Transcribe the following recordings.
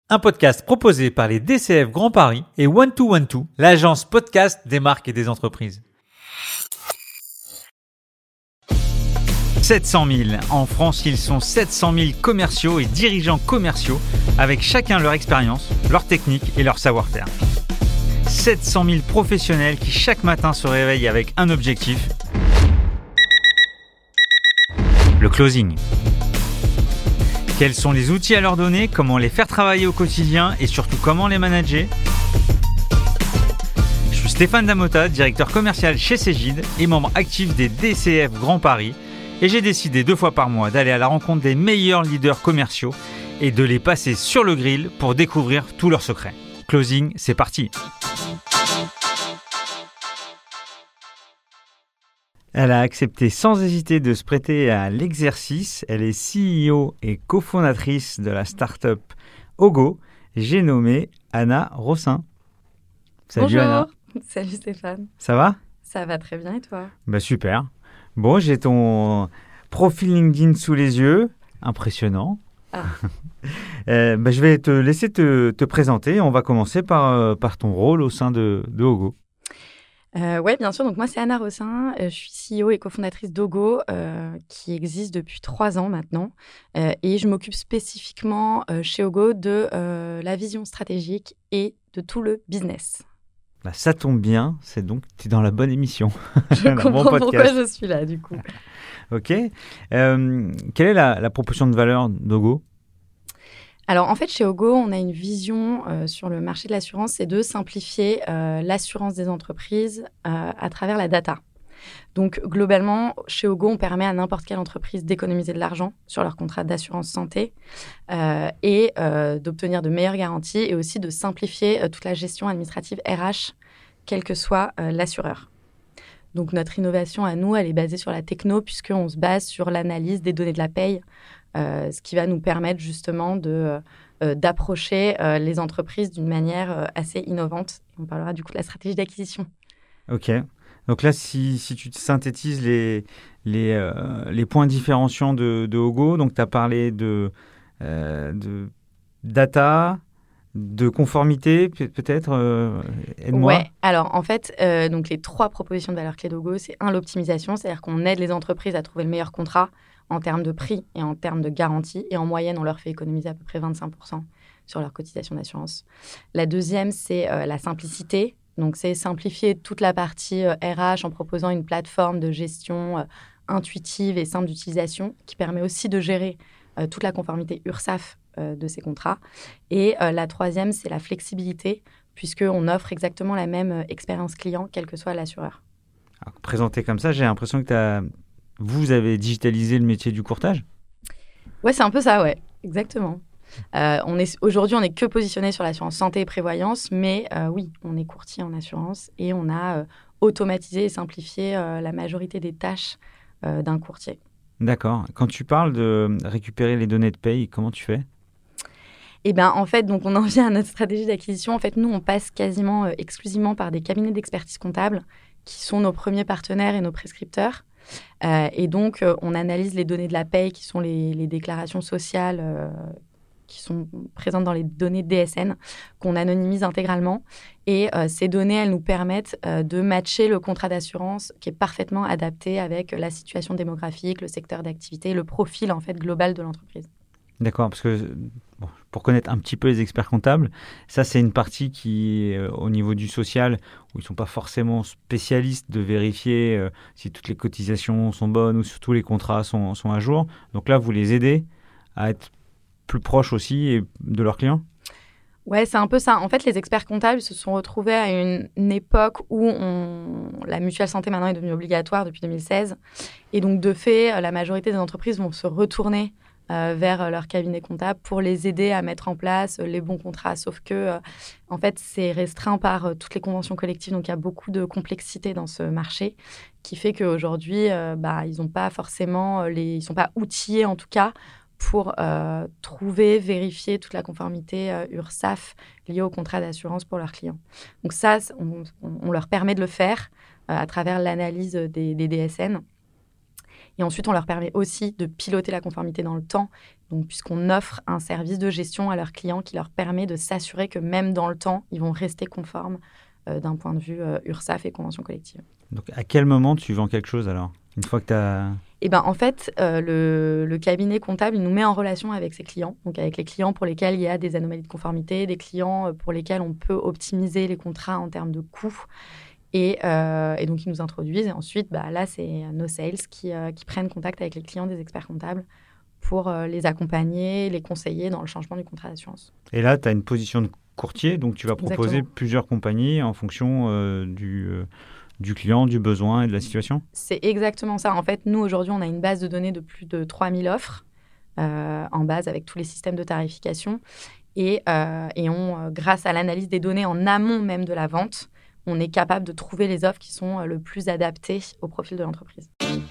Un podcast proposé par les DCF Grand Paris et One2One2, l'agence podcast des marques et des entreprises. 700 000. En France, ils sont 700 000 commerciaux et dirigeants commerciaux avec chacun leur expérience, leur technique et leur savoir-faire. 700 000 professionnels qui chaque matin se réveillent avec un objectif, le closing. Quels sont les outils à leur donner, comment les faire travailler au quotidien et surtout comment les manager ? Je suis Stéphane Damota, directeur commercial chez Cegid et membre actif des DCF Grand Paris, et j'ai décidé 2 fois par mois d'aller à la rencontre des meilleurs leaders commerciaux et de les passer sur le grill pour découvrir tous leurs secrets. Closing, c'est parti. Elle a accepté sans hésiter de se prêter à l'exercice. Elle est CEO et cofondatrice de la start-up Ogo. J'ai nommé Anna Rossin. Salut. Bonjour. Anna. Salut Stéphane. Ça va ? Ça va très bien et toi ? Super. Bon, j'ai ton profil LinkedIn sous les yeux. Impressionnant. Ah. Je vais te laisser te présenter. On va commencer par ton rôle au sein de Ogo. Oui, bien sûr. Donc moi, c'est Anna Rossin. Je suis CEO et cofondatrice d'Ogo, qui existe depuis 3 ans maintenant. Et je m'occupe spécifiquement chez Ogo de la vision stratégique et de tout le business. Bah, ça tombe bien, c'est donc tu es dans la bonne émission. Je comprends pourquoi je suis là, du coup. Ok. Quelle est la proposition de valeur d'Ogo ? Alors, en fait, chez Ogo, on a une vision sur le marché de l'assurance, c'est de simplifier l'assurance des entreprises à travers la data. Donc, globalement, chez Ogo, on permet à n'importe quelle entreprise d'économiser de l'argent sur leur contrat d'assurance santé et d'obtenir de meilleures garanties et aussi de simplifier toute la gestion administrative RH, quel que soit l'assureur. Donc, notre innovation à nous, elle est basée sur la techno puisqu'on se base sur l'analyse des données de la paye, ce qui va nous permettre justement d'approcher les entreprises d'une manière assez innovante. On parlera du coup de la stratégie d'acquisition. Ok. Donc là, si tu synthétises les points différenciants de Ogo, donc tu as parlé de data, de conformité, peut-être, aide-moi. Ouais. Alors en fait, donc les 3 propositions de valeur clés d'Ogo, c'est l'optimisation, c'est-à-dire qu'on aide les entreprises à trouver le meilleur contrat en termes de prix et en termes de garantie. Et en moyenne, on leur fait économiser à peu près 25% sur leur cotisation d'assurance. La deuxième, c'est la simplicité. Donc, c'est simplifier toute la partie RH en proposant une plateforme de gestion intuitive et simple d'utilisation qui permet aussi de gérer toute la conformité URSSAF de ces contrats. Et la troisième, c'est la flexibilité, puisqu'on offre exactement la même expérience client, quel que soit l'assureur. Alors, présenté comme ça, j'ai l'impression que vous avez digitalisé le métier du courtage ? Ouais, c'est un peu ça, ouais, exactement. Aujourd'hui, on n'est que positionné sur l'assurance santé et prévoyance, mais oui, on est courtier en assurance et on a automatisé et simplifié la majorité des tâches d'un courtier. D'accord. Quand tu parles de récupérer les données de paye, comment tu fais ? Eh bien, en fait, donc on en vient à notre stratégie d'acquisition. En fait, nous, on passe quasiment exclusivement par des cabinets d'expertise comptable qui sont nos premiers partenaires et nos prescripteurs. Et donc, on analyse les données de la paye qui sont les déclarations sociales qui sont présentes dans les données DSN, qu'on anonymise intégralement. Et ces données, elles nous permettent de matcher le contrat d'assurance qui est parfaitement adapté avec la situation démographique, le secteur d'activité, le profil en fait global de l'entreprise. D'accord, parce que pour connaître un petit peu les experts comptables, ça c'est une partie qui, au niveau du social, où ils ne sont pas forcément spécialistes de vérifier si toutes les cotisations sont bonnes ou si tous les contrats sont à jour. Donc là, vous les aidez à être plus proches aussi de leurs clients ? Ouais, c'est un peu ça. En fait, les experts comptables se sont retrouvés à une époque où la mutuelle santé maintenant est devenue obligatoire depuis 2016. Et donc, de fait, la majorité des entreprises vont se retourner vers leur cabinet comptable pour les aider à mettre en place les bons contrats. Sauf que, en fait, c'est restreint par toutes les conventions collectives. Donc, il y a beaucoup de complexité dans ce marché qui fait qu'aujourd'hui, ils n'ont pas forcément ils ne sont pas outillés, en tout cas, pour trouver, vérifier toute la conformité URSSAF liée au contrat d'assurance pour leurs clients. Donc ça, on leur permet de le faire à travers l'analyse des DSN. Et ensuite, on leur permet aussi de piloter la conformité dans le temps, donc puisqu'on offre un service de gestion à leurs clients qui leur permet de s'assurer que même dans le temps, ils vont rester conformes d'un point de vue URSSAF et convention collective. Donc, à quel moment tu vends quelque chose alors? Une fois que tu as... Eh ben, en fait, le cabinet comptable, il nous met en relation avec ses clients, donc avec les clients pour lesquels il y a des anomalies de conformité, des clients pour lesquels on peut optimiser les contrats en termes de coûts. Et donc, ils nous introduisent. Et ensuite, là, c'est nos sales qui prennent contact avec les clients des experts comptables pour les accompagner, les conseiller dans le changement du contrat d'assurance. Et là, tu as une position de courtier, donc tu vas proposer Exactement. plusieurs compagnies en fonction du client, du besoin et de la situation? C'est exactement ça. En fait, nous, aujourd'hui, on a une base de données de plus de 3000 offres en base avec tous les systèmes de tarification. Et grâce à l'analyse des données en amont même de la vente, on est capable de trouver les offres qui sont le plus adaptées au profil de l'entreprise.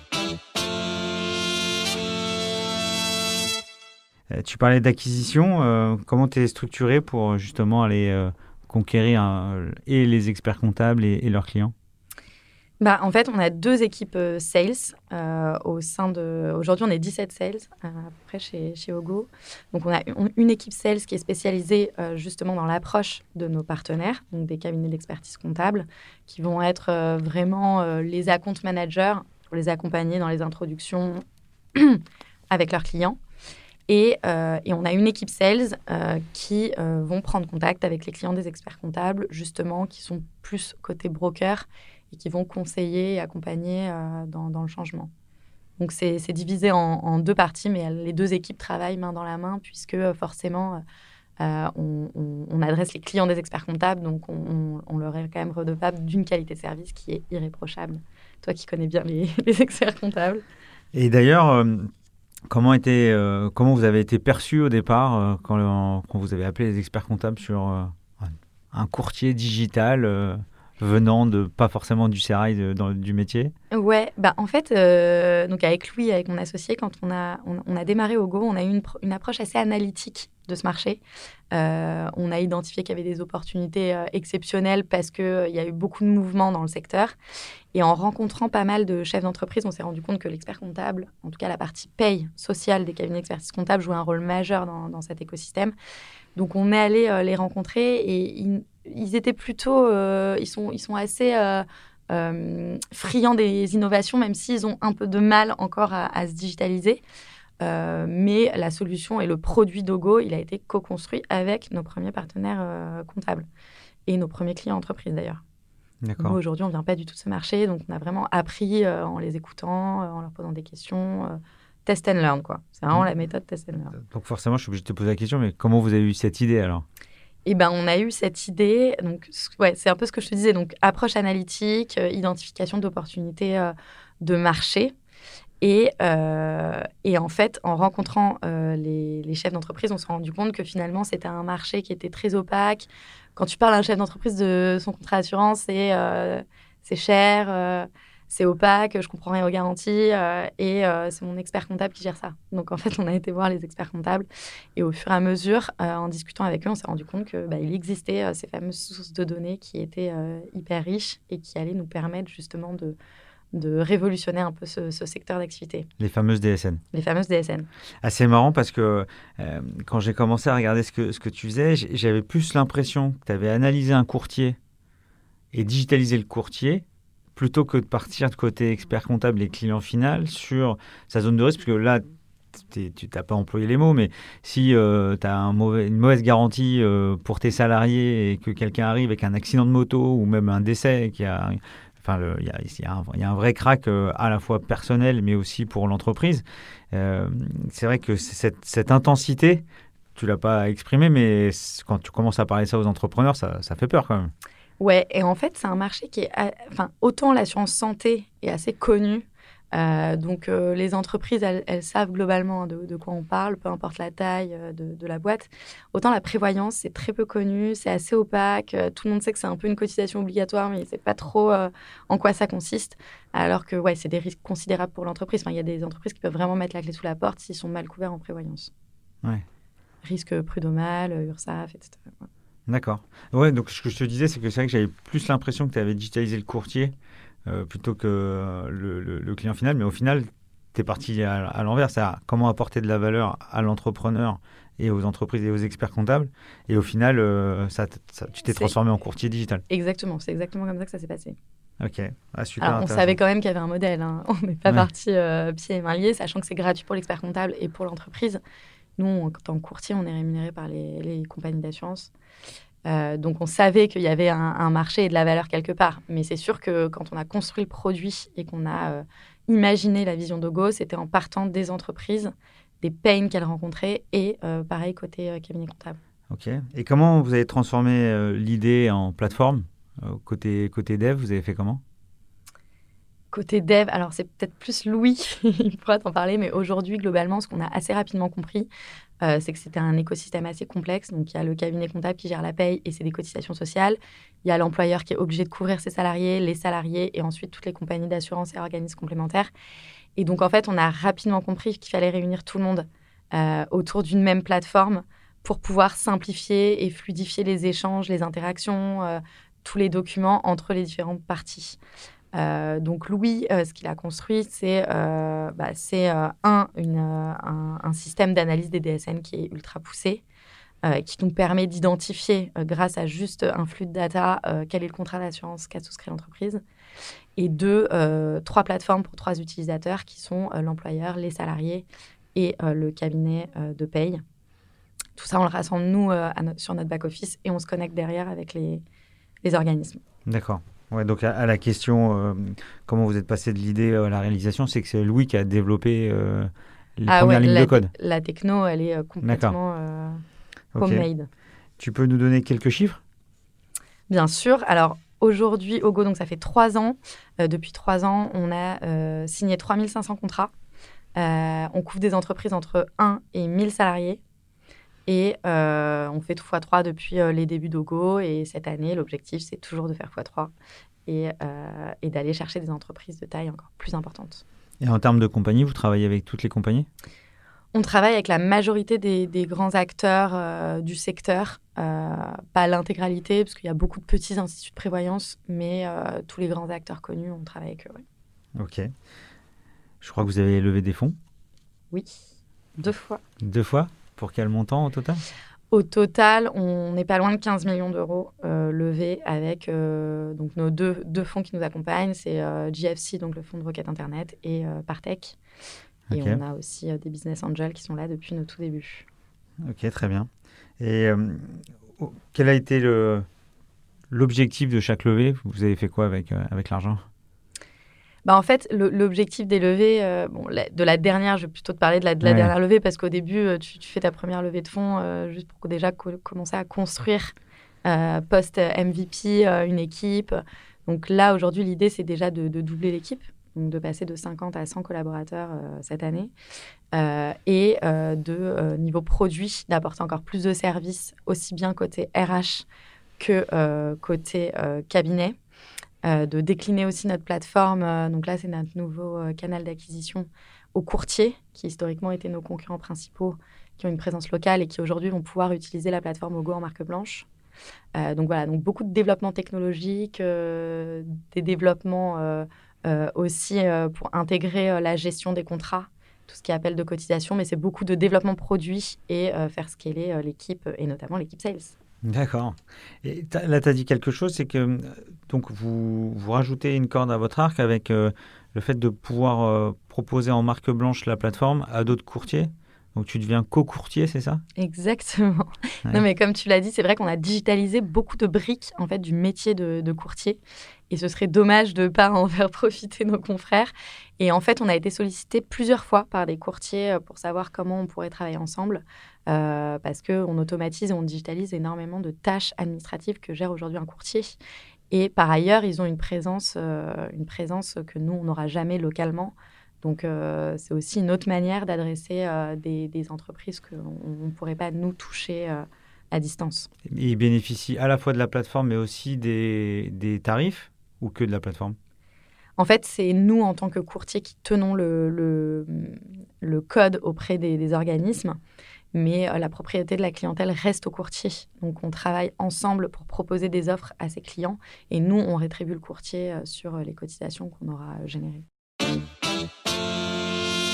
Tu parlais d'acquisition. Comment tu es structuré pour justement aller conquérir et les experts comptables et leurs clients? En fait, on a 2 équipes sales au sein de... Aujourd'hui, on est 17 sales à peu près chez Ogo. Donc, on a une équipe sales qui est spécialisée justement dans l'approche de nos partenaires, donc des cabinets d'expertise comptable, qui vont être vraiment les account managers pour les accompagner dans les introductions avec leurs clients. Et on a une équipe sales qui vont prendre contact avec les clients des experts comptables, justement, qui sont plus côté broker et qui vont conseiller et accompagner dans le changement. Donc, c'est divisé en 2 parties, mais les 2 équipes travaillent main dans la main, puisque forcément, on adresse les clients des experts comptables, donc on leur est quand même redevable d'une qualité de service qui est irréprochable. Toi qui connais bien les experts comptables. Et d'ailleurs... Comment vous avez été perçu au départ quand vous avez appelé les experts comptables sur un courtier digital venant de pas forcément du sérail du métier? Ouais, en fait, donc avec Louis, avec mon associé, quand on a démarré Ogo, on a eu une approche assez analytique de ce marché. On a identifié qu'il y avait des opportunités exceptionnelles parce qu'il y a eu beaucoup de mouvements dans le secteur. Et en rencontrant pas mal de chefs d'entreprise, on s'est rendu compte que l'expert comptable, en tout cas la partie paye sociale des cabinets d'expertise comptable, jouait un rôle majeur dans cet écosystème. Donc, on est allé les rencontrer et ils étaient plutôt... ils sont assez friands des innovations, même s'ils ont un peu de mal encore à se digitaliser. Mais la solution et le produit d'Ogo, il a été co-construit avec nos premiers partenaires comptables et nos premiers clients entreprises, d'ailleurs. D'accord. Nous, aujourd'hui, on ne vient pas du tout de ce marché, donc on a vraiment appris en les écoutant, en leur posant des questions, test and learn, quoi. C'est vraiment la méthode test and learn. Donc forcément, je suis obligé de te poser la question, mais comment vous avez eu cette idée alors? On a eu cette idée, donc c'est un peu ce que je te disais, donc approche analytique, identification d'opportunités de marché. Et en fait, en rencontrant les chefs d'entreprise, on s'est rendu compte que finalement, c'était un marché qui était très opaque. Quand tu parles à un chef d'entreprise de son contrat d'assurance, c'est cher, c'est opaque, je ne comprends rien aux garanties et c'est mon expert comptable qui gère ça. Donc, en fait, on a été voir les experts comptables et au fur et à mesure, en discutant avec eux, on s'est rendu compte qu'il existait ces fameuses sources de données qui étaient hyper riches et qui allaient nous permettre justement de révolutionner un peu ce secteur d'activité. Les fameuses DSN. Les fameuses DSN. C'est marrant parce que quand j'ai commencé à regarder ce que tu faisais, j'avais plus l'impression que tu avais analysé un courtier et digitalisé le courtier plutôt que de partir de côté expert comptable et client final sur sa zone de risque. Parce que là, tu n'as pas employé les mots, mais si tu as une mauvaise garantie pour tes salariés et que quelqu'un arrive avec un accident de moto ou même un décès il y a un vrai crack à la fois personnel, mais aussi pour l'entreprise. C'est vrai que cette intensité, tu ne l'as pas exprimée, mais quand tu commences à parler ça aux entrepreneurs, ça fait peur quand même. Ouais, et en fait, c'est un marché qui est... autant l'assurance santé est assez connue, donc les entreprises, elles savent globalement de quoi on parle, peu importe la taille de la boîte. Autant la prévoyance, c'est très peu connu, c'est assez opaque. Tout le monde sait que c'est un peu une cotisation obligatoire, mais il ne sait pas trop en quoi ça consiste. Alors que c'est des risques considérables pour l'entreprise. Il y a des entreprises qui peuvent vraiment mettre la clé sous la porte s'ils sont mal couverts en prévoyance. Ouais. Risque prud'homal, URSSAF, etc. D'accord. Ouais, donc ce que je te disais, c'est vrai que j'avais plus l'impression que tu avais digitalisé le courtier plutôt que le client final, mais au final, tu es parti à l'envers, c'est-à-dire comment apporter de la valeur à l'entrepreneur et aux entreprises et aux experts comptables. Et au final, tu t'es transformé en courtier digital. Exactement, c'est exactement comme ça que ça s'est passé. Ok, super Alors, on savait quand même qu'il y avait un modèle. Hein. On n'est pas parti pieds et mains liés, sachant que c'est gratuit pour l'expert comptable et pour l'entreprise. Nous, en tant que courtier, on est rémunéré par les compagnies d'assurance. Donc, on savait qu'il y avait un marché et de la valeur quelque part. Mais c'est sûr que quand on a construit le produit et qu'on a imaginé la vision d'Ogo, c'était en partant des entreprises, des pains qu'elles rencontraient et pareil côté cabinet comptable. Ok. Et comment vous avez transformé l'idée en plateforme côté dev, vous avez fait comment? Côté dev, alors c'est peut-être plus Louis, il pourra t'en parler, mais aujourd'hui, globalement, ce qu'on a assez rapidement compris, c'est que c'était un écosystème assez complexe. Donc, il y a le cabinet comptable qui gère la paye et c'est des cotisations sociales. Il y a l'employeur qui est obligé de couvrir ses salariés, les salariés et ensuite toutes les compagnies d'assurance et organismes complémentaires. Et donc, en fait, on a rapidement compris qu'il fallait réunir tout le monde autour d'une même plateforme pour pouvoir simplifier et fluidifier les échanges, les interactions, tous les documents entre les différentes parties. Donc Louis, ce qu'il a construit, c'est un système d'analyse des DSN qui est ultra poussé, qui nous permet d'identifier, grâce à juste un flux de data, quel est le contrat d'assurance qu'a souscrit l'entreprise. Et 3 plateformes pour 3 utilisateurs qui sont l'employeur, les salariés et le cabinet de paye. Tout ça, on le rassemble, nous, sur notre back-office et on se connecte derrière avec les organismes. D'accord. Ouais, donc à la question comment vous êtes passé de l'idée à la réalisation, c'est que c'est Louis qui a développé les premières lignes de code. La techno, elle est complètement homemade. Okay. Tu peux nous donner quelques chiffres? Bien sûr. Alors aujourd'hui, Ogo, donc ça fait 3 ans. Depuis 3 ans, on a signé 3500 contrats. On couvre des entreprises entre 1 et 1000 salariés. Et on fait tout x3 depuis les débuts d'Ogo. Et cette année, l'objectif, c'est toujours de faire x3 et d'aller chercher des entreprises de taille encore plus importantes. Et en termes de compagnie, vous travaillez avec toutes les compagnies? On travaille avec la majorité des grands acteurs du secteur. Pas l'intégralité, parce qu'il y a beaucoup de petits instituts de prévoyance, mais tous les grands acteurs connus, on travaille avec eux. Ouais. Ok. Je crois que vous avez levé des fonds? Oui, 2 fois. 2 fois? Pour quel montant au total? Au total, on n'est pas loin de 15 millions d'euros levés avec donc nos deux fonds qui nous accompagnent. C'est GFC, donc le fonds de requête Internet, et Partech. Et on a aussi des business angels qui sont là depuis nos tout débuts. Ok, très bien. Et quel a été l'objectif de chaque levée? Vous avez fait quoi avec l'argent? En fait, l'objectif des levées, de la dernière, je vais plutôt te parler de la dernière levée, parce qu'au début, tu fais ta première levée de fonds juste pour déjà commencer à construire post-MVP une équipe. Donc là, aujourd'hui, l'idée, c'est déjà de doubler l'équipe, donc de passer de 50 à 100 collaborateurs cette année. Et niveau produit, d'apporter encore plus de services, aussi bien côté RH que côté cabinet. De décliner aussi notre plateforme. Donc là, c'est notre nouveau canal d'acquisition aux courtiers, qui historiquement étaient nos concurrents principaux, qui ont une présence locale et qui aujourd'hui vont pouvoir utiliser la plateforme Ogo en marque blanche. Donc voilà, donc beaucoup de développement technologique, des développements aussi pour intégrer la gestion des contrats, tout ce qui est appel de cotisation, mais c'est beaucoup de développement produit et faire scaler l'équipe, et notamment l'équipe sales. D'accord. Et là, tu as dit quelque chose, c'est que donc vous rajoutez une corde à votre arc avec le fait de pouvoir proposer en marque blanche la plateforme à d'autres courtiers. Donc, tu deviens co-courtier, c'est ça? Exactement. Ouais. Non, mais comme tu l'as dit, c'est vrai qu'on a digitalisé beaucoup de briques en fait, du métier de courtier. Et ce serait dommage de ne pas en faire profiter nos confrères. Et en fait, on a été sollicité plusieurs fois par des courtiers pour savoir comment on pourrait travailler ensemble. Parce qu'on automatise et on digitalise énormément de tâches administratives que gère aujourd'hui un courtier. Et par ailleurs, ils ont une présence que nous, on n'aura jamais localement. Donc, c'est aussi une autre manière d'adresser des entreprises qu'on ne pourrait pas nous toucher à distance. Et ils bénéficient à la fois de la plateforme, mais aussi des tarifs, ou que de la plateforme? En fait, c'est nous, en tant que courtier, qui tenons le code auprès des organismes. Mais la propriété de la clientèle reste au courtier. Donc, on travaille ensemble pour proposer des offres à ses clients. Et nous, on rétribue le courtier sur les cotisations qu'on aura générées.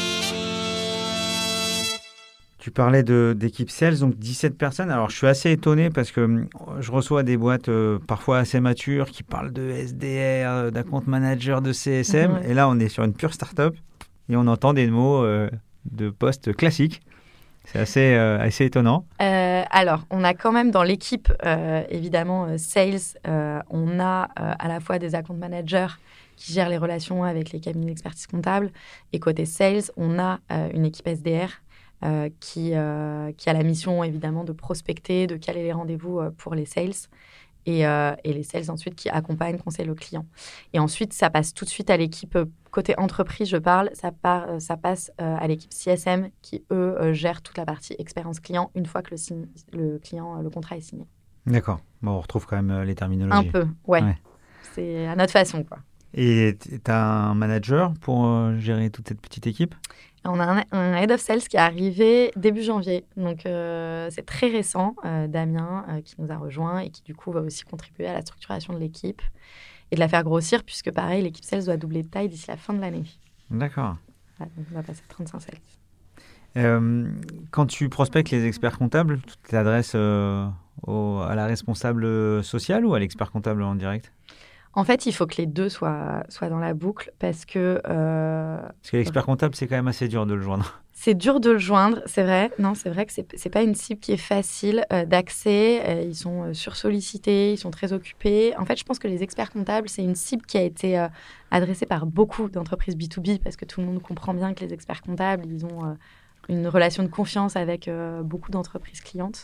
Tu parlais d'équipe sales, donc 17 personnes. Alors, je suis assez étonné parce que je reçois des boîtes parfois assez matures qui parlent de SDR, d'account manager, de CSM. Et là, on est sur une pure start-up et on entend des mots de poste classiques. C'est assez étonnant. Alors, on a quand même dans l'équipe, évidemment, sales, on a à la fois des account managers qui gèrent les relations avec les cabinets d'expertise comptable. Et côté sales, on a une équipe SDR qui a la mission, évidemment, de prospecter, de caler les rendez-vous pour les sales. Et les sales, ensuite, qui accompagnent, conseillent le client. Et ensuite, ça passe tout de suite à l'équipe, côté entreprise, je parle, ça passe à l'équipe CSM qui, eux, gèrent toute la partie expérience client une fois que le contrat est signé. D'accord. Bon, on retrouve quand même les terminologies. Un peu, ouais. C'est à notre façon, quoi. Et tu as un manager pour gérer toute cette petite équipe ? On a un head of sales qui est arrivé début janvier. Donc, c'est très récent, Damien, qui nous a rejoint et qui, du coup, va aussi contribuer à la structuration de l'équipe et de la faire grossir, puisque, pareil, l'équipe sales doit doubler de taille d'ici la fin de l'année. D'accord. Voilà, donc on va passer à 35 sales. Quand tu prospectes les experts comptables, tu t'adresses à la responsable sociale ou à l'expert comptable en direct ? En fait, il faut que les deux soient dans la boucle parce que... Parce que l'expert comptable, c'est quand même assez dur de le joindre. C'est dur de le joindre, c'est vrai. Non, c'est vrai que c'est pas une cible qui est facile d'accès. Ils sont sursollicités, ils sont très occupés. En fait, je pense que les experts comptables, c'est une cible qui a été adressée par beaucoup d'entreprises B2B parce que tout le monde comprend bien que les experts comptables, ils ont une relation de confiance avec beaucoup d'entreprises clientes.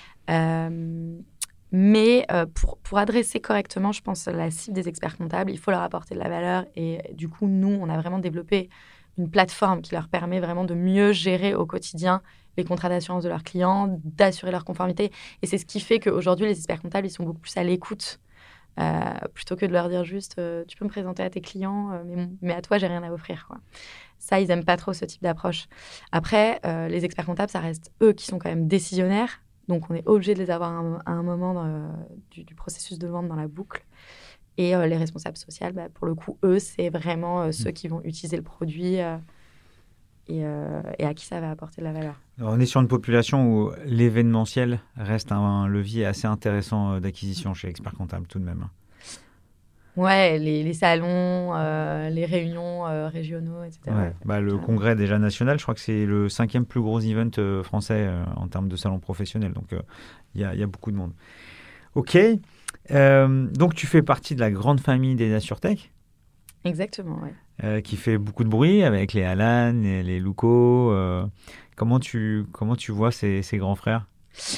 Mais pour adresser correctement, je pense, la cible des experts comptables, il faut leur apporter de la valeur. Et du coup, nous, on a vraiment développé une plateforme qui leur permet vraiment de mieux gérer au quotidien les contrats d'assurance de leurs clients, d'assurer leur conformité. Et c'est ce qui fait qu'aujourd'hui, les experts comptables, ils sont beaucoup plus à l'écoute. Plutôt que de leur dire juste tu peux me présenter à tes clients, mais à toi, j'ai rien à offrir, quoi. Ça, ils n'aiment pas trop ce type d'approche. Après, les experts comptables, ça reste eux qui sont quand même décisionnaires. Donc, on est obligé de les avoir à un moment du processus de vente dans la boucle. Et les responsables sociaux, pour le coup, eux, c'est vraiment ceux qui vont utiliser le produit et à qui ça va apporter de la valeur. Alors, on est sur une population où l'événementiel reste un levier assez intéressant d'acquisition chez l'expert comptable, tout de même. Ouais, les salons, les réunions régionaux, etc. Ouais, le congrès déjà national, je crois que c'est le 5e plus gros event français en termes de salons professionnels. Donc, il y a beaucoup de monde. OK. Donc, tu fais partie de la grande famille des AssureTech. Exactement, oui. Qui fait beaucoup de bruit avec les Alan, les Luco. Comment tu vois ces grands frères ?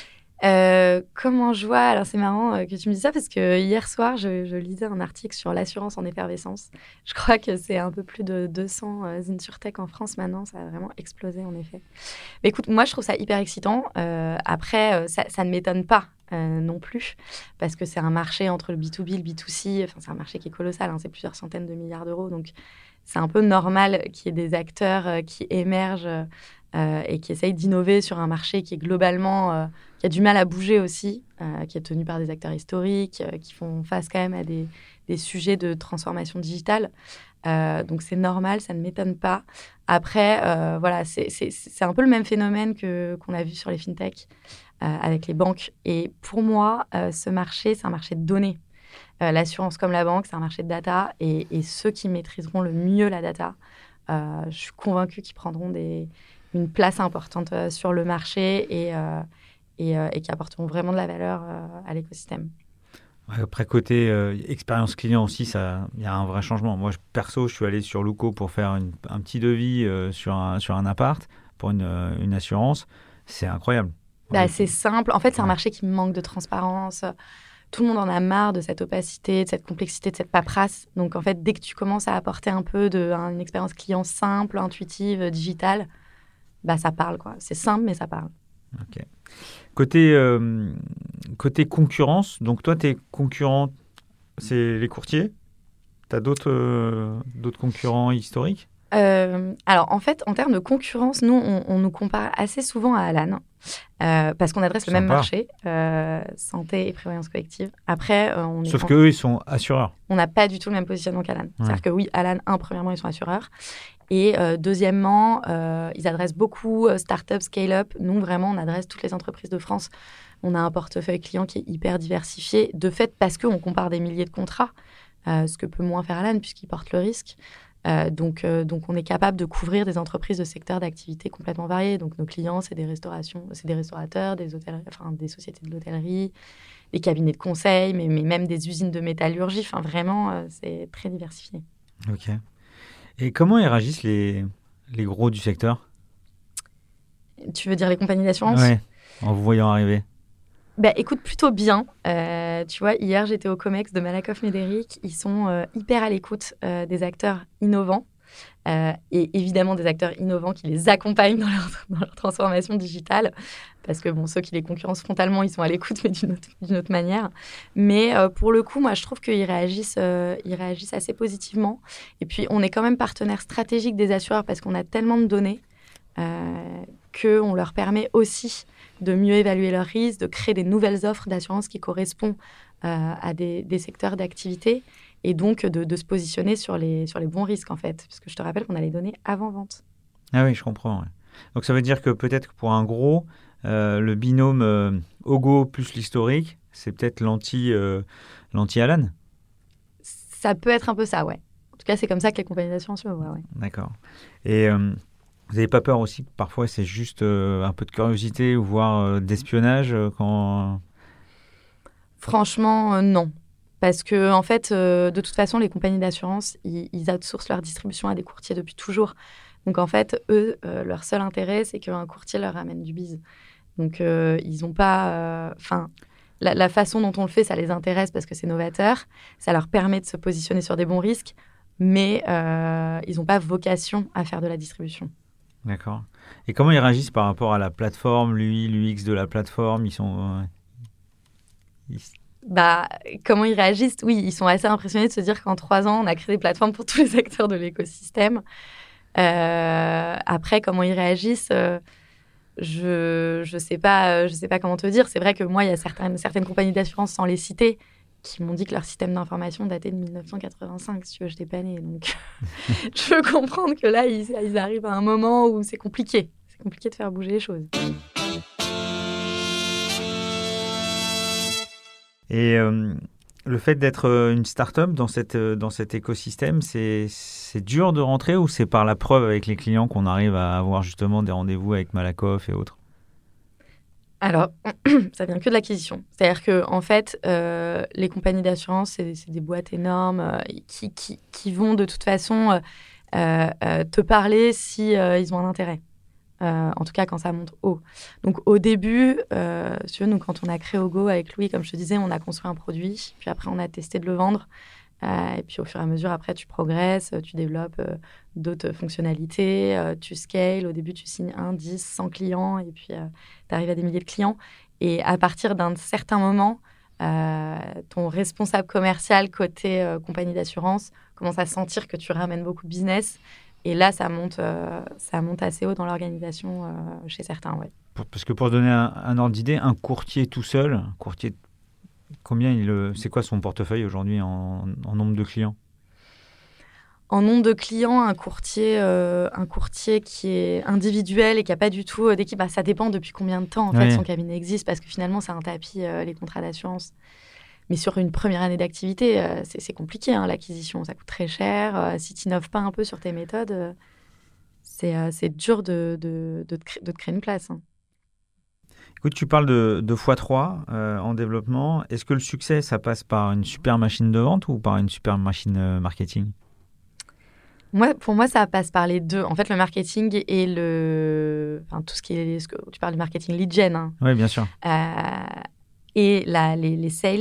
Comment je vois ? Alors, c'est marrant que tu me dises ça parce que hier soir, je lisais un article sur l'assurance en effervescence. Je crois que c'est un peu plus de 200 InsurTech en France maintenant. Ça a vraiment explosé, en effet. Mais écoute, moi, je trouve ça hyper excitant. Après, ça ne m'étonne pas non plus parce que c'est un marché entre le B2B et le B2C. Enfin, c'est un marché qui est colossal. C'est plusieurs centaines de milliards d'euros. Donc, c'est un peu normal qu'il y ait des acteurs qui émergent et qui essayent d'innover sur un marché qui est globalement... qui a du mal à bouger aussi, qui est tenu par des acteurs historiques, qui font face quand même à des sujets de transformation digitale. Donc, c'est normal, ça ne m'étonne pas. Après, voilà, c'est un peu le même phénomène qu'on a vu sur les fintech avec les banques. Et pour moi, ce marché, c'est un marché de données. L'assurance comme la banque, c'est un marché de data. Et ceux qui maîtriseront le mieux la data, je suis convaincue qu'ils prendront une place importante sur le marché et qui apporteront vraiment de la valeur à l'écosystème. Après, côté expérience client aussi, il y a un vrai changement. Moi, perso, je suis allé sur Luco pour faire un petit devis sur un appart pour une assurance. C'est incroyable. C'est simple. En fait, c'est un marché qui manque de transparence. Tout le monde en a marre de cette opacité, de cette complexité, de cette paperasse. Donc, en fait, dès que tu commences à apporter un peu une expérience client simple, intuitive, digitale, ça parle, quoi. C'est simple, mais ça parle. Ok. Côté concurrence, donc toi, tes concurrents, c'est les courtiers ? Tu as d'autres concurrents historiques ? Alors, en fait, en termes de concurrence, nous, on nous compare assez souvent à Alan parce qu'on adresse le même marché, santé et prévoyance collective. Après, sauf qu'eux, ils sont assureurs. On n'a pas du tout le même positionnement qu'Alan. Ouais. C'est-à-dire que oui, Alan, premièrement, ils sont assureurs. Et deuxièmement, ils adressent beaucoup start-up, scale-up. Nous, vraiment, on adresse toutes les entreprises de France. On a un portefeuille client qui est hyper diversifié, de fait parce qu'on compare des milliers de contrats, ce que peut moins faire Alan puisqu'il porte le risque. Donc, on est capable de couvrir des entreprises de secteurs d'activité complètement variés. Donc, nos clients, c'est des restaurateurs, des hôtels, enfin, des sociétés de l'hôtellerie, des cabinets de conseil, mais même des usines de métallurgie. Enfin, vraiment, c'est très diversifié. Ok. Et comment ils réagissent les gros du secteur? Tu veux dire les compagnies d'assurance? Ouais, en vous voyant arriver. Bah, écoute, plutôt bien. Tu vois, hier, j'étais au COMEX de Malakoff Médéric. Ils sont hyper à l'écoute des acteurs innovants et évidemment des acteurs innovants qui les accompagnent dans leur transformation digitale. Parce que bon, ceux qui les concurrencent frontalement, ils sont à l'écoute, mais d'une autre manière. Mais pour le coup, moi, je trouve qu'ils réagissent assez positivement. Et puis, on est quand même partenaire stratégique des assureurs parce qu'on a tellement de données qu'on leur permet aussi de mieux évaluer leurs risques, de créer des nouvelles offres d'assurance qui correspondent à des secteurs d'activité et donc de se positionner sur les bons risques, en fait. Parce que je te rappelle qu'on a les données avant-vente. Ah oui, je comprends. Ouais. Donc, ça veut dire que peut-être que pour un gros, le binôme Ogo plus l'historique, c'est peut-être l'anti-Alan. Ça peut être un peu ça, ouais. En tout cas, c'est comme ça que les compagnies d'assurance le voient, ouais. D'accord. Et vous n'avez pas peur aussi que parfois c'est juste un peu de curiosité ou voire d'espionnage quand... Franchement, non. Parce que, en fait, de toute façon, les compagnies d'assurance, ils outsourcent leur distribution à des courtiers depuis toujours. Donc, en fait, eux, leur seul intérêt, c'est qu'un courtier leur ramène du bise. Donc, ils n'ont pas... la façon dont on le fait, ça les intéresse parce que c'est novateur. Ça leur permet de se positionner sur des bons risques. Mais ils n'ont pas vocation à faire de la distribution. D'accord. Et comment ils réagissent par rapport à la plateforme, l'UI, l'UX de la plateforme? Ils sont... Bah, comment ils réagissent? Oui, ils sont assez impressionnés de se dire qu'en 3 ans, on a créé des plateformes pour tous les acteurs de l'écosystème. Après, comment ils réagissent, je sais pas comment te dire. C'est vrai que moi, il y a certaines compagnies d'assurance, sans les citer, qui m'ont dit que leur système d'information datait de 1985. Si tu veux, je n'étais pas née. Donc, je peux comprendre que là, ils arrivent à un moment où c'est compliqué. C'est compliqué de faire bouger les choses. Et le fait d'être une start-up dans cet écosystème, c'est dur de rentrer ou c'est par la preuve avec les clients qu'on arrive à avoir justement des rendez-vous avec Malakoff et autres? Alors, ça vient que de l'acquisition. C'est-à-dire que, en fait, les compagnies d'assurance, c'est des boîtes énormes qui vont de toute façon te parler si ils ont un intérêt. En tout cas, quand ça monte haut. Donc, au début, si tu veux, nous, quand on a créé Ogo avec Louis, comme je te disais, on a construit un produit. Puis après, on a testé de le vendre. Et puis, au fur et à mesure, après, tu progresses, tu développes d'autres fonctionnalités, tu scales. Au début, tu signes 1, 10, 100 clients et puis tu arrives à des milliers de clients. Et à partir d'un certain moment, ton responsable commercial côté compagnie d'assurance commence à sentir que tu ramènes beaucoup de business. Et là, ça monte assez haut dans l'organisation chez certains, ouais. Parce que pour donner un ordre d'idée, un courtier tout seul, un courtier, c'est quoi son portefeuille aujourd'hui en nombre de clients? En nombre de clients, un courtier qui est individuel et qui n'a pas du tout d'équipe, ça dépend depuis combien de temps en fait, son cabinet existe, parce que finalement, c'est un tapis, les contrats d'assurance. Mais sur une première année d'activité, c'est compliqué, hein, l'acquisition. Ça coûte très cher. Si tu n'innoves pas un peu sur tes méthodes, c'est dur de te créer une place, hein. Écoute, tu parles de x3 en développement. Est-ce que le succès, ça passe par une super machine de vente ou par une super machine marketing? Pour moi, ça passe par les deux. En fait, le marketing et tout ce qui est... Tu parles du marketing lead gen, hein. Oui, bien sûr. Et les sales,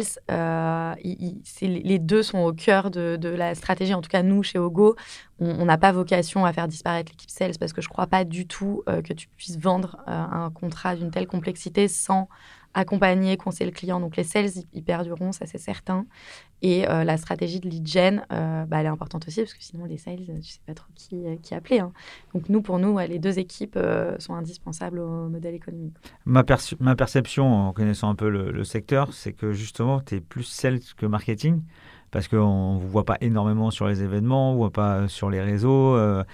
les deux sont au cœur de la stratégie. En tout cas, nous, chez Ogo, on n'a pas vocation à faire disparaître l'équipe sales parce que je ne crois pas du tout que tu puisses vendre un contrat d'une telle complexité sans accompagner, conseiller le client. Donc, les sales, ils perdureront, ça c'est certain. Et la stratégie de lead gen, elle est importante aussi parce que sinon, les sales, tu ne sais pas trop qui appeler, hein. Donc, pour nous, les deux équipes sont indispensables au modèle économique. Ma perception, en connaissant un peu le secteur, c'est que justement, tu es plus sales que marketing parce qu'on ne vous voit pas énormément sur les événements, on ne voit pas sur les réseaux.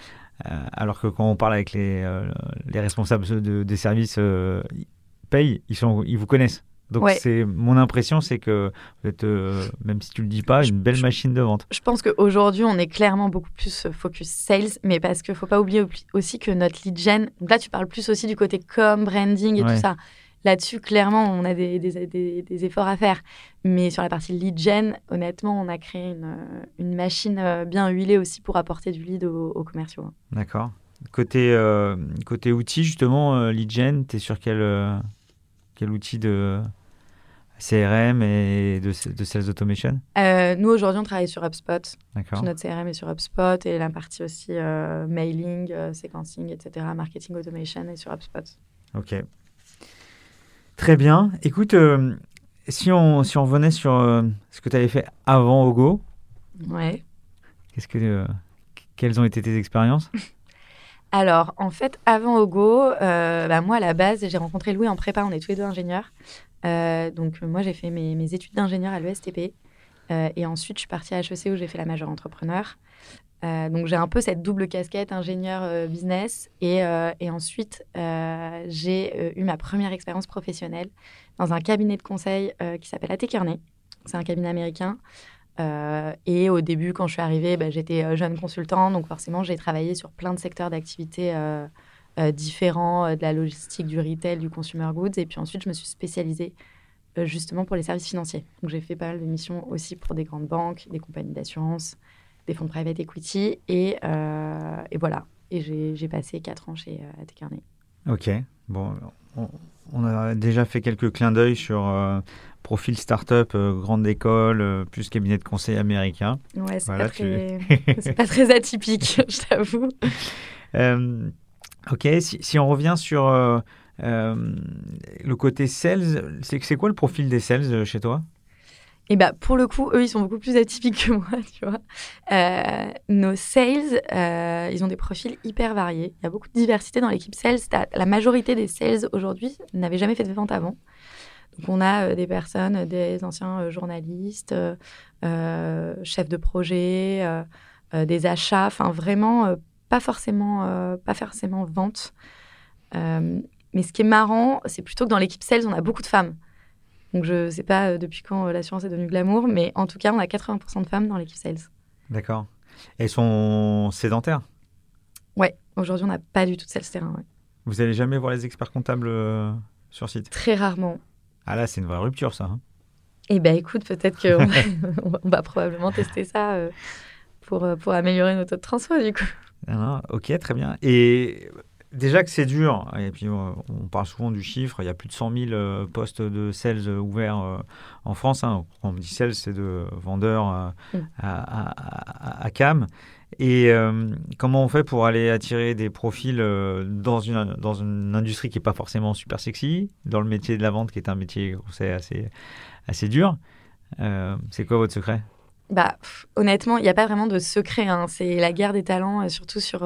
alors que quand on parle avec les responsables des services paye, ils vous connaissent. Donc, Ouais. mon impression, c'est que vous êtes, même si tu le dis pas, une belle machine de vente. Je pense qu'aujourd'hui, on est clairement beaucoup plus focus sales, mais parce qu'il ne faut pas oublier aussi que notre lead gen, donc là, tu parles plus aussi du côté branding et tout ça. Là-dessus, clairement, on a des efforts à faire. Mais sur la partie lead gen, honnêtement, on a créé une machine bien huilée aussi pour apporter du lead aux commerciaux. D'accord. Côté outils, justement, lead gen, tu es sur quel outil de CRM et de Sales Automation? Nous, aujourd'hui, on travaille sur HubSpot. D'accord. Notre CRM est sur HubSpot et la partie aussi mailing, sequencing, etc., marketing automation est sur HubSpot. Ok. Très bien. Écoute, si on revenait sur ce que tu avais fait avant Ogo, ouais. Quelles ont été tes expériences? Alors, en fait, avant Ogo, moi, à la base, j'ai rencontré Louis en prépa. On est tous les deux ingénieurs. Donc, moi, j'ai fait mes études d'ingénieur à l'ESTP. Et ensuite, je suis partie à HEC où j'ai fait la majeure entrepreneur. Donc, j'ai un peu cette double casquette ingénieur business. Et ensuite, j'ai eu ma première expérience professionnelle dans un cabinet de conseil qui s'appelle A.T. Kearney. C'est un cabinet américain. Et au début, quand je suis arrivée, j'étais jeune consultant. Donc, forcément, j'ai travaillé sur plein de secteurs d'activité différents, de la logistique, du retail, du consumer goods. Et puis ensuite, je me suis spécialisée justement pour les services financiers. Donc, j'ai fait pas mal de missions aussi pour des grandes banques, des compagnies d'assurance, des fonds de private equity. Et voilà. Et j'ai passé 4 ans chez A.T. Kearney. Ok. Bon, on a déjà fait quelques clins d'œil sur profil start-up, grande école, plus cabinet de conseil américain. Ouais, c'est pas très atypique, je t'avoue. Ok. Si on revient sur le côté sales, c'est quoi le profil des sales chez toi? Et pour le coup, eux, ils sont beaucoup plus atypiques que moi, tu vois. Nos sales, ils ont des profils hyper variés. Il y a beaucoup de diversité dans l'équipe sales. La majorité des sales aujourd'hui n'avaient jamais fait de vente avant. Donc, on a des personnes, des anciens journalistes, chefs de projet, des achats. Enfin, vraiment, pas forcément vente. Mais ce qui est marrant, c'est plutôt que dans l'équipe sales, on a beaucoup de femmes. Donc, je ne sais pas depuis quand l'assurance est devenue glamour, mais en tout cas, on a 80% de femmes dans l'équipe sales. D'accord. Elles sont sédentaires? Ouais, aujourd'hui, on n'a pas du tout de sales terrain. Ouais. Vous n'allez jamais voir les experts comptables sur site? Très rarement. Ah là, c'est une vraie rupture, ça. Hein. Eh bien, écoute, peut-être qu'on va probablement tester ça pour améliorer nos taux de transfert, du coup. Ah, ok, très bien. Et déjà que c'est dur, et puis on parle souvent du chiffre, il y a plus de 100 000 postes de sales ouverts en France. Hein. Quand on dit sales, c'est de vendeurs à CAM. Et comment on fait pour aller attirer des profils dans une industrie qui n'est pas forcément super sexy, dans le métier de la vente qui est un métier, on sait, assez dur? C'est quoi votre secret? Honnêtement, il n'y a pas vraiment de secret. Hein. C'est la guerre des talents, surtout sur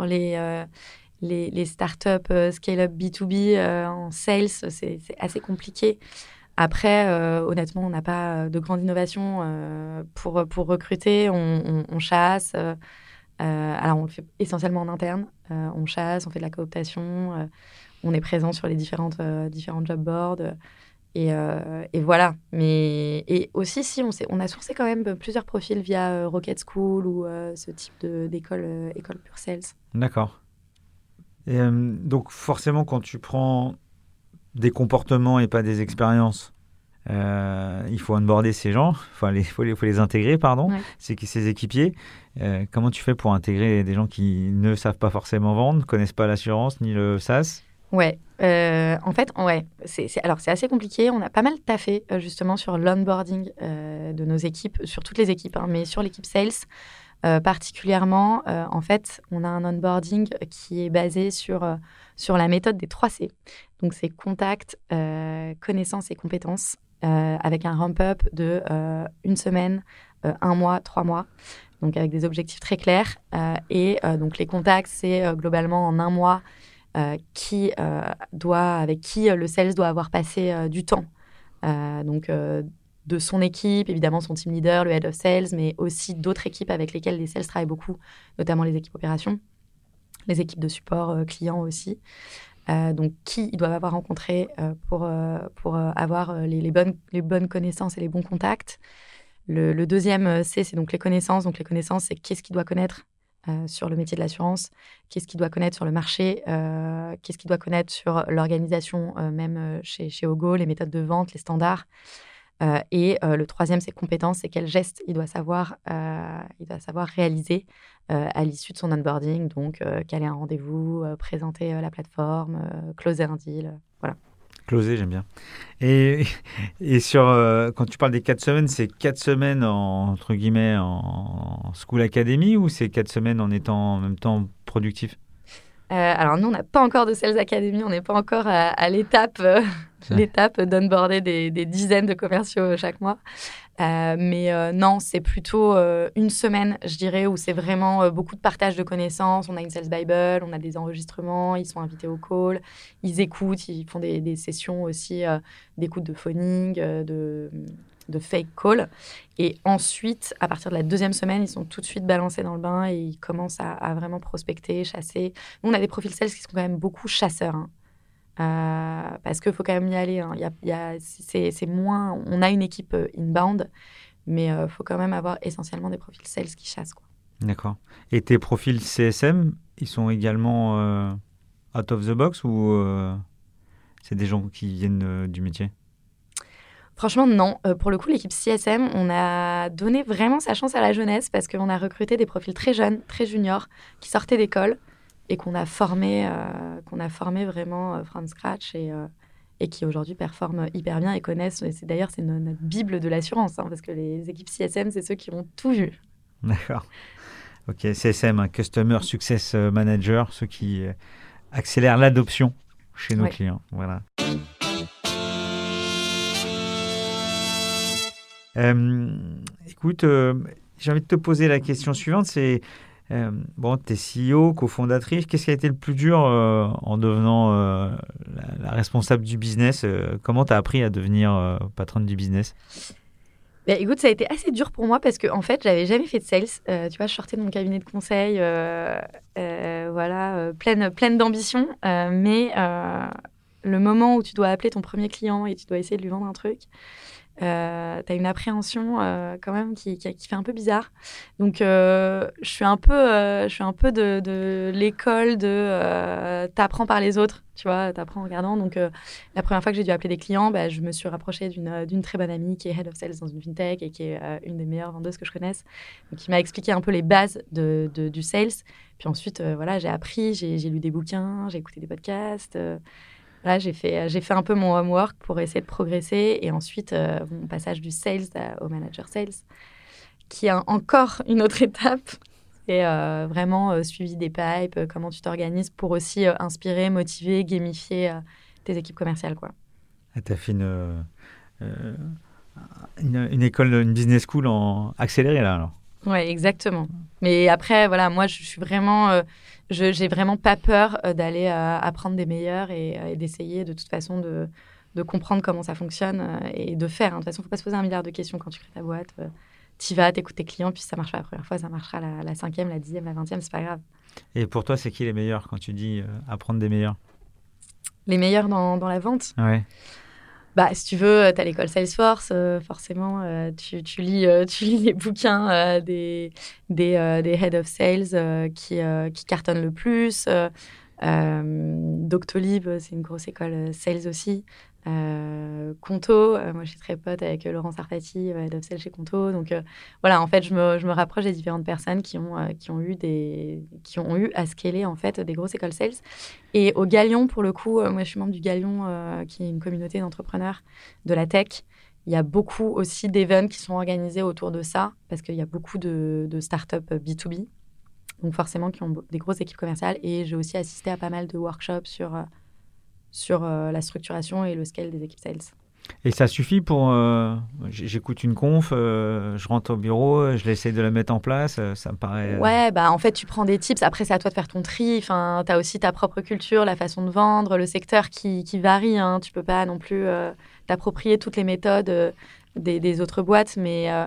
les startups scale-up B2B en sales. C'est assez compliqué. Après, honnêtement, on n'a pas de grande innovation pour recruter. On chasse. Alors, on le fait essentiellement en interne. On chasse, on fait de la cooptation. On est présent sur les différents job boards. Et voilà. Et aussi, si on a sourcé quand même plusieurs profils via Rocket School ou ce type d'école pure sales. D'accord. Et, donc, forcément, quand tu prends des comportements et pas des expériences, il faut onboarder ces gens, il faut les intégrer, pardon, ouais. Ces équipiers. Comment tu fais pour intégrer des gens qui ne savent pas forcément vendre, ne connaissent pas l'assurance ni le SaaS? Ouais, en fait, ouais, alors c'est assez compliqué. On a pas mal taffé justement sur l'onboarding de nos équipes, sur toutes les équipes, hein, mais sur l'équipe sales particulièrement. En fait, on a un onboarding qui est basé sur la méthode des 3C. Donc, c'est contact, connaissances et compétences, avec un ramp-up de 1 semaine, 1 mois, 3 mois. Donc, avec des objectifs très clairs. Donc, les contacts, c'est globalement en 1 mois. Avec qui le sales doit avoir passé du temps. De son équipe, évidemment son team leader, le head of sales, mais aussi d'autres équipes avec lesquelles les sales travaillent beaucoup, notamment les équipes opérations. les équipes de support clients aussi. Donc, qui ils doivent avoir rencontré pour avoir les bonnes connaissances et les bons contacts. Le deuxième C, c'est donc les connaissances. Donc, les connaissances, c'est qu'est-ce qu'il doit connaître sur le métier de l'assurance, qu'est-ce qu'il doit connaître sur le marché, qu'est-ce qu'il doit connaître sur l'organisation, même chez Ogo, les méthodes de vente, les standards. Et le troisième, c'est compétences, c'est quel geste il doit savoir réaliser à l'issue de son onboarding. Donc, caler un rendez-vous, présenter la plateforme, closer un deal, voilà. Closer, j'aime bien. Et quand tu parles des 4 semaines, c'est 4 semaines entre guillemets en School Academy ou c'est 4 semaines en étant en même temps productif? Alors nous, on n'a pas encore de Sales Academy, on n'est pas encore à l'étape d'onboarder des dizaines de commerciaux chaque mois. Mais non, c'est plutôt une semaine, je dirais, où c'est vraiment beaucoup de partage de connaissances. On a une Sales Bible, on a des enregistrements, ils sont invités au call, ils écoutent, ils font des sessions aussi d'écoute de phoning, de fake call. Et ensuite, à partir de la deuxième semaine, ils sont tout de suite balancés dans le bain et ils commencent à vraiment prospecter, chasser. Nous, on a des profils sales qui sont quand même beaucoup chasseurs. Parce qu'il faut quand même y aller. C'est moins... On a une équipe inbound, mais il faut quand même avoir essentiellement des profils sales qui chassent, quoi. D'accord. Et tes profils CSM, ils sont également out of the box ou c'est des gens qui viennent du métier? Franchement, non. Pour le coup, l'équipe CSM, on a donné vraiment sa chance à la jeunesse parce qu'on a recruté des profils très jeunes, très juniors, qui sortaient d'école et qu'on a formé vraiment from scratch et qui aujourd'hui performent hyper bien et connaissent. Et d'ailleurs, c'est notre bible de l'assurance, parce que les équipes CSM, c'est ceux qui ont tout vu. D'accord. Ok, CSM, un Customer Success Manager, ceux qui accélèrent l'adoption chez nos clients. Voilà. Écoute, j'ai envie de te poser la question suivante, c'est, tu es CEO, cofondatrice, qu'est-ce qui a été le plus dur en devenant la responsable du business? Comment tu as appris à devenir patronne du business? Écoute, ça a été assez dur pour moi parce que en fait, j'avais jamais fait de sales. Tu vois, je sortais de mon cabinet de conseil, pleine d'ambition. Mais le moment où tu dois appeler ton premier client et tu dois essayer de lui vendre un truc, tu as une appréhension quand même qui fait un peu bizarre. Donc, je suis un peu de l'école de t'apprends par les autres, tu vois, t'apprends en regardant. Donc, la première fois que j'ai dû appeler des clients, je me suis rapprochée d'une très bonne amie qui est Head of Sales dans une FinTech et qui est une des meilleures vendeuses que je connaisse. Donc, qui m'a expliqué un peu les bases du sales. Puis ensuite, j'ai appris, j'ai lu des bouquins, j'ai écouté des podcasts. Là, j'ai fait un peu mon homework pour essayer de progresser. Et ensuite, mon passage du sales au manager sales, qui est encore une autre étape. Et vraiment suivi des pipes, comment tu t'organises pour aussi inspirer, motiver, gamifier tes équipes commerciales, quoi. Tu as fait une école, une business school en accéléré, là, alors? Oui, exactement. Mais après, voilà, moi, je suis vraiment... j'ai vraiment pas peur d'aller apprendre des meilleurs et d'essayer de toute façon de comprendre comment ça fonctionne et de faire. De toute façon, il ne faut pas se poser un milliard de questions quand tu crées ta boîte. Tu vas, t'écoutes tes clients, puis si ça marche pas la première fois, ça marchera la 5e, la 10e, la 20e, c'est pas grave. Et pour toi, c'est qui les meilleurs quand tu dis apprendre des meilleurs? Les meilleurs dans la vente? Ouais. Si tu veux, tu as l'école Salesforce, forcément, tu lis les bouquins des Head of Sales qui cartonnent le plus. Doctolib, c'est une grosse école sales aussi. Conto, moi je suis très pote avec Laurent Sarfati, Head of Sales chez Conto. Donc voilà, en fait, je me rapproche des différentes personnes qui ont eu à scaler en fait des grosses écoles sales. Et au Galion, pour le coup, moi je suis membre du Galion, qui est une communauté d'entrepreneurs de la tech. Il y a beaucoup aussi d'événements qui sont organisés autour de ça, parce qu'il y a beaucoup de startups B2B, donc forcément qui ont des grosses équipes commerciales. Et j'ai aussi assisté à pas mal de workshops sur la structuration et le scale des équipes sales. Et ça suffit pour... j'écoute une conf, je rentre au bureau, je l'essaie de la mettre en place, ça me paraît... Ouais, en fait, tu prends des tips. Après, c'est à toi de faire ton tri. Enfin, tu as aussi ta propre culture, la façon de vendre, le secteur qui varie. Tu ne peux pas non plus t'approprier toutes les méthodes des autres boîtes. Mais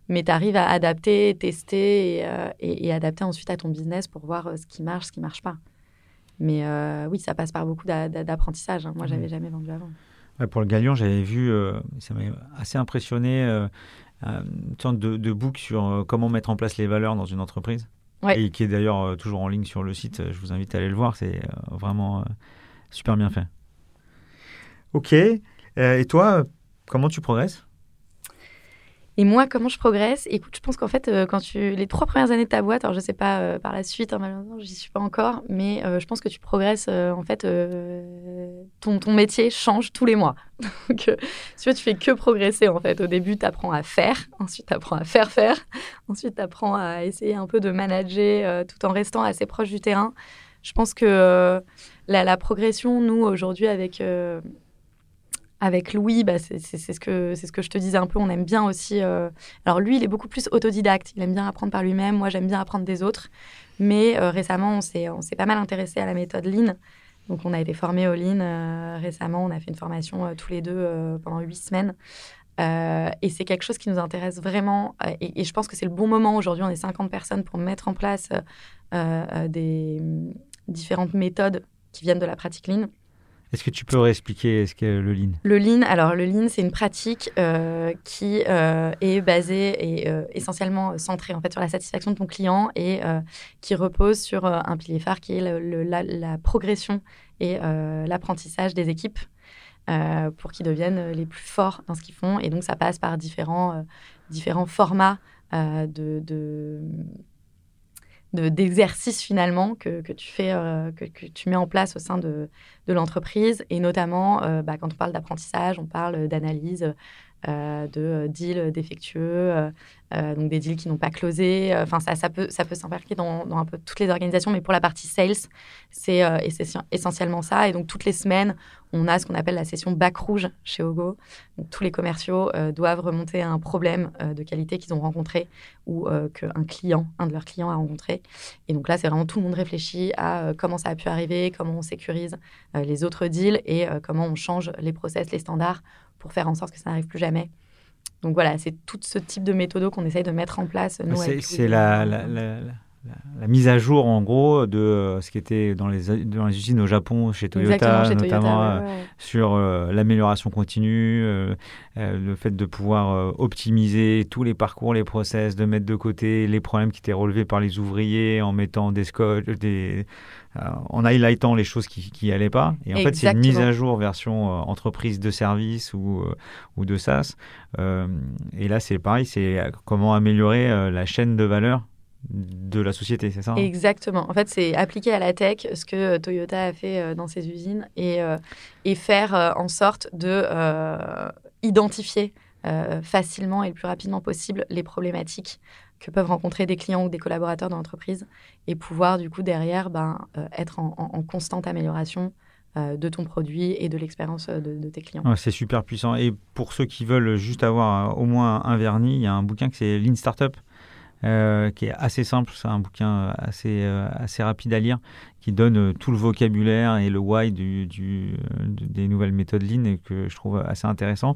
mais tu arrives à adapter, tester et adapter ensuite à ton business pour voir ce qui marche pas. Mais oui, ça passe par beaucoup d'apprentissage. Hein. Moi, j'avais jamais vendu avant. Ouais, pour le Galion, j'avais vu, ça m'a assez impressionné, une sorte de book sur comment mettre en place les valeurs dans une entreprise. Ouais. Et qui est d'ailleurs toujours en ligne sur le site. Je vous invite à aller le voir. C'est vraiment super bien fait. Ok. Et toi, comment tu progresses ? Et moi, comment je progresse ? Écoute, je pense qu'en fait, les 3 premières années de ta boîte, alors je ne sais pas par la suite, hein, malheureusement, j'y suis pas encore, mais je pense que tu progresses. En fait, ton métier change tous les mois. Donc, tu fais que progresser, en fait. Au début, tu apprends à faire, ensuite, tu apprends à faire, ensuite, tu apprends à essayer un peu de manager tout en restant assez proche du terrain. Je pense que la progression, nous, aujourd'hui, avec Louis, c'est ce que je te disais un peu, on aime bien aussi... Alors lui, il est beaucoup plus autodidacte, il aime bien apprendre par lui-même, moi j'aime bien apprendre des autres, mais récemment, on s'est pas mal intéressé à la méthode Lean, donc on a été formés au Lean récemment, on a fait une formation tous les deux pendant 8 semaines, et c'est quelque chose qui nous intéresse vraiment, et je pense que c'est le bon moment, aujourd'hui on est 50 personnes pour mettre en place des différentes méthodes qui viennent de la pratique Lean. Est-ce que tu peux réexpliquer ce qu'est le Lean ? Le Lean, c'est une pratique qui est basée et essentiellement centrée en fait sur la satisfaction de ton client et qui repose sur un pilier phare qui est la progression et l'apprentissage des équipes pour qu'ils deviennent les plus forts dans ce qu'ils font. Et donc, ça passe par différents formats d'exercices finalement que tu fais, que tu mets en place au sein de l'entreprise. Et notamment, quand on parle d'apprentissage, on parle d'analyse de deals défectueux, donc des deals qui n'ont pas closé. Enfin, ça peut s'embarquer dans un peu toutes les organisations, mais pour la partie sales, c'est essentiellement ça. Et donc, toutes les semaines, on a ce qu'on appelle la session bac rouge chez Ogo. Donc, tous les commerciaux doivent remonter à un problème de qualité qu'ils ont rencontré ou qu'un de leurs clients a rencontré. Et donc là, c'est vraiment tout le monde réfléchit à comment ça a pu arriver, comment on sécurise les autres deals et comment on change les process, les standards pour faire en sorte que ça n'arrive plus jamais. Donc voilà, c'est tout ce type de méthodo qu'on essaye de mettre en place. C'est la mise à jour, en gros, de ce qui était dans les usines au Japon, chez Toyota, notamment sur l'amélioration continue, le fait de pouvoir optimiser tous les parcours, les process, de mettre de côté les problèmes qui étaient relevés par les ouvriers en mettant des scotch, en highlightant les choses qui n'allaient pas. Et en fait, c'est une mise à jour version entreprise de service ou de SaaS. Et là, c'est pareil, c'est comment améliorer la chaîne de valeur de la société, c'est ça ? Exactement. En fait, c'est appliquer à la tech ce que Toyota a fait dans ses usines et faire en sorte de identifier facilement et le plus rapidement possible les problématiques que peuvent rencontrer des clients ou des collaborateurs dans l'entreprise et pouvoir, du coup, derrière, être en constante amélioration de ton produit et de l'expérience de tes clients. Ouais, c'est super puissant. Et pour ceux qui veulent juste avoir au moins un vernis, il y a un bouquin qui c'est Lean Startup, qui est assez simple, c'est un bouquin assez rapide à lire, qui donne tout le vocabulaire et le why des nouvelles méthodes Lean et que je trouve assez intéressant.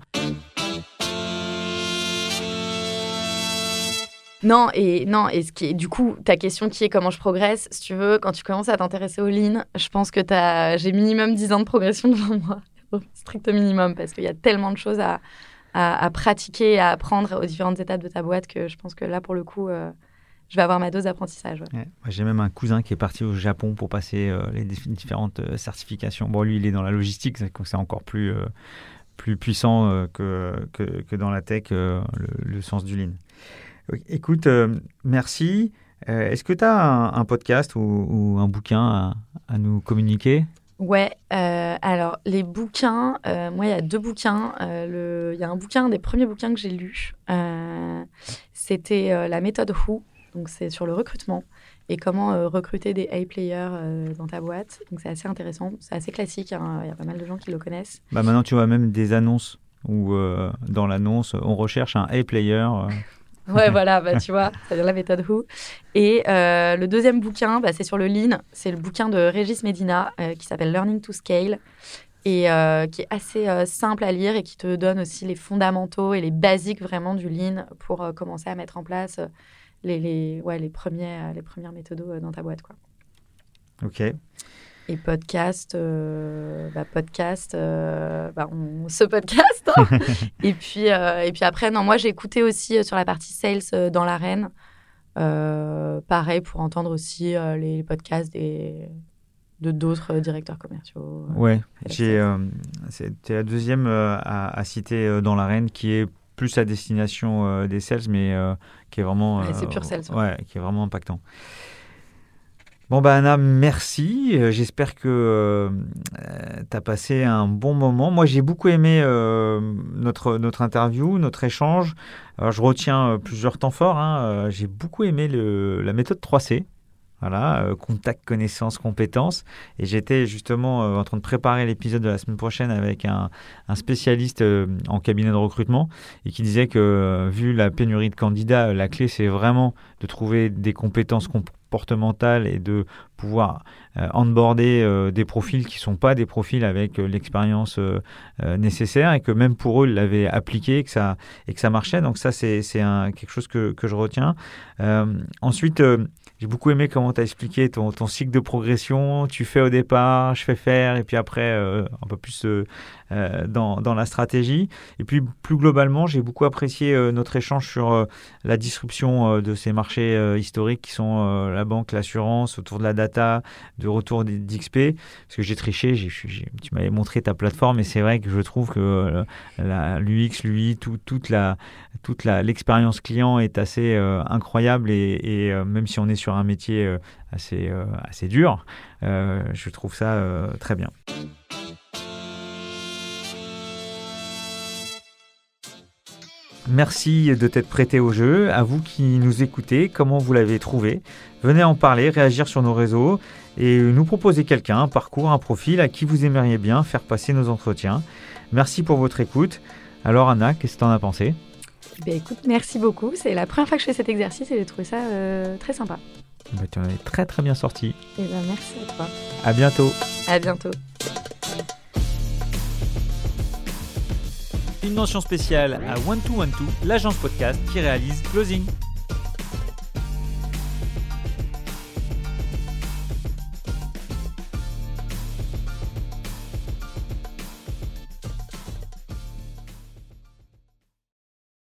Non, et ce qui est, du coup, ta question qui est comment je progresse, si tu veux, quand tu commences à t'intéresser au Lean, je pense que j'ai minimum 10 ans de progression devant moi, au strict minimum, parce qu'il y a tellement de choses à pratiquer, à apprendre aux différentes étapes de ta boîte que je pense que là, pour le coup, je vais avoir ma dose d'apprentissage. Ouais. Ouais, j'ai même un cousin qui est parti au Japon pour passer les différentes certifications. Bon, lui, il est dans la logistique, c'est encore plus puissant que dans la tech, le sens du Lean. Écoute, merci. Est-ce que tu as un podcast ou un bouquin à nous communiquer ? Ouais, alors les bouquins, moi il y a 2 bouquins. Il y a un bouquin, un des premiers bouquins que j'ai lu, c'était la méthode Who, donc c'est sur le recrutement et comment recruter des A-players dans ta boîte. Donc c'est assez intéressant, c'est assez classique, hein, il y a pas mal de gens qui le connaissent. Maintenant tu vois même des annonces où dans l'annonce on recherche un A-player. Ouais, voilà, tu vois, ça vient de la méthode Who. Et le deuxième bouquin, c'est sur le Lean. C'est le bouquin de Régis Medina qui s'appelle Learning to Scale, et qui est assez simple à lire et qui te donne aussi les fondamentaux et les basiques vraiment du Lean pour commencer à mettre en place les premières méthodos dans ta boîte, quoi. Ok. Et podcast, ce podcast. Hein. et puis après, non, moi, j'ai écouté aussi sur la partie sales dans l'arène. Pareil, pour entendre aussi les podcasts de d'autres directeurs commerciaux. Ouais, c'était la deuxième à citer dans l'arène, qui est plus à destination des sales, mais qui est vraiment... c'est pur sales. Ouais, qui est vraiment impactant. Bon, Anna, merci. J'espère que tu as passé un bon moment. Moi, j'ai beaucoup aimé notre interview, notre échange. Alors, je retiens plusieurs temps forts. J'ai beaucoup aimé la méthode 3C. Voilà, contact, connaissance, compétences. Et j'étais justement en train de préparer l'épisode de la semaine prochaine avec un spécialiste en cabinet de recrutement et qui disait que vu la pénurie de candidats, la clé, c'est vraiment de trouver des compétences comportementales et de pouvoir onboarder des profils qui ne sont pas des profils avec l'expérience nécessaire, et que même pour eux, ils l'avaient appliqué et que ça marchait. Donc ça, c'est quelque chose que je retiens. Ensuite, j'ai beaucoup aimé comment tu as expliqué ton cycle de progression. Tu fais au départ, je fais faire, et puis après, un peu plus dans la stratégie. Et puis, plus globalement, j'ai beaucoup apprécié notre échange sur la disruption de ces marchés historiques qui sont la banque, l'assurance, autour de la data, de retour d'XP. Parce que j'ai triché, tu m'avais montré ta plateforme, et c'est vrai que je trouve que l'UX, l'UI, toute l'expérience client est assez incroyable, et même si on est sur un métier assez dur, je trouve ça très bien. Merci de t'être prêté au jeu. À vous qui nous écoutez, comment vous l'avez trouvé? Venez en parler, réagir sur nos réseaux et nous proposer quelqu'un, un parcours, un profil à qui vous aimeriez bien faire passer nos entretiens. Merci pour votre écoute. Alors Anna, qu'est-ce que tu en as pensé? Écoute, merci beaucoup. C'est la première fois que je fais cet exercice et j'ai trouvé ça très sympa. Tu en es très très bien sorti. Merci à toi. À bientôt. À bientôt. Une mention spéciale à 1212, l'agence podcast qui réalise Closing.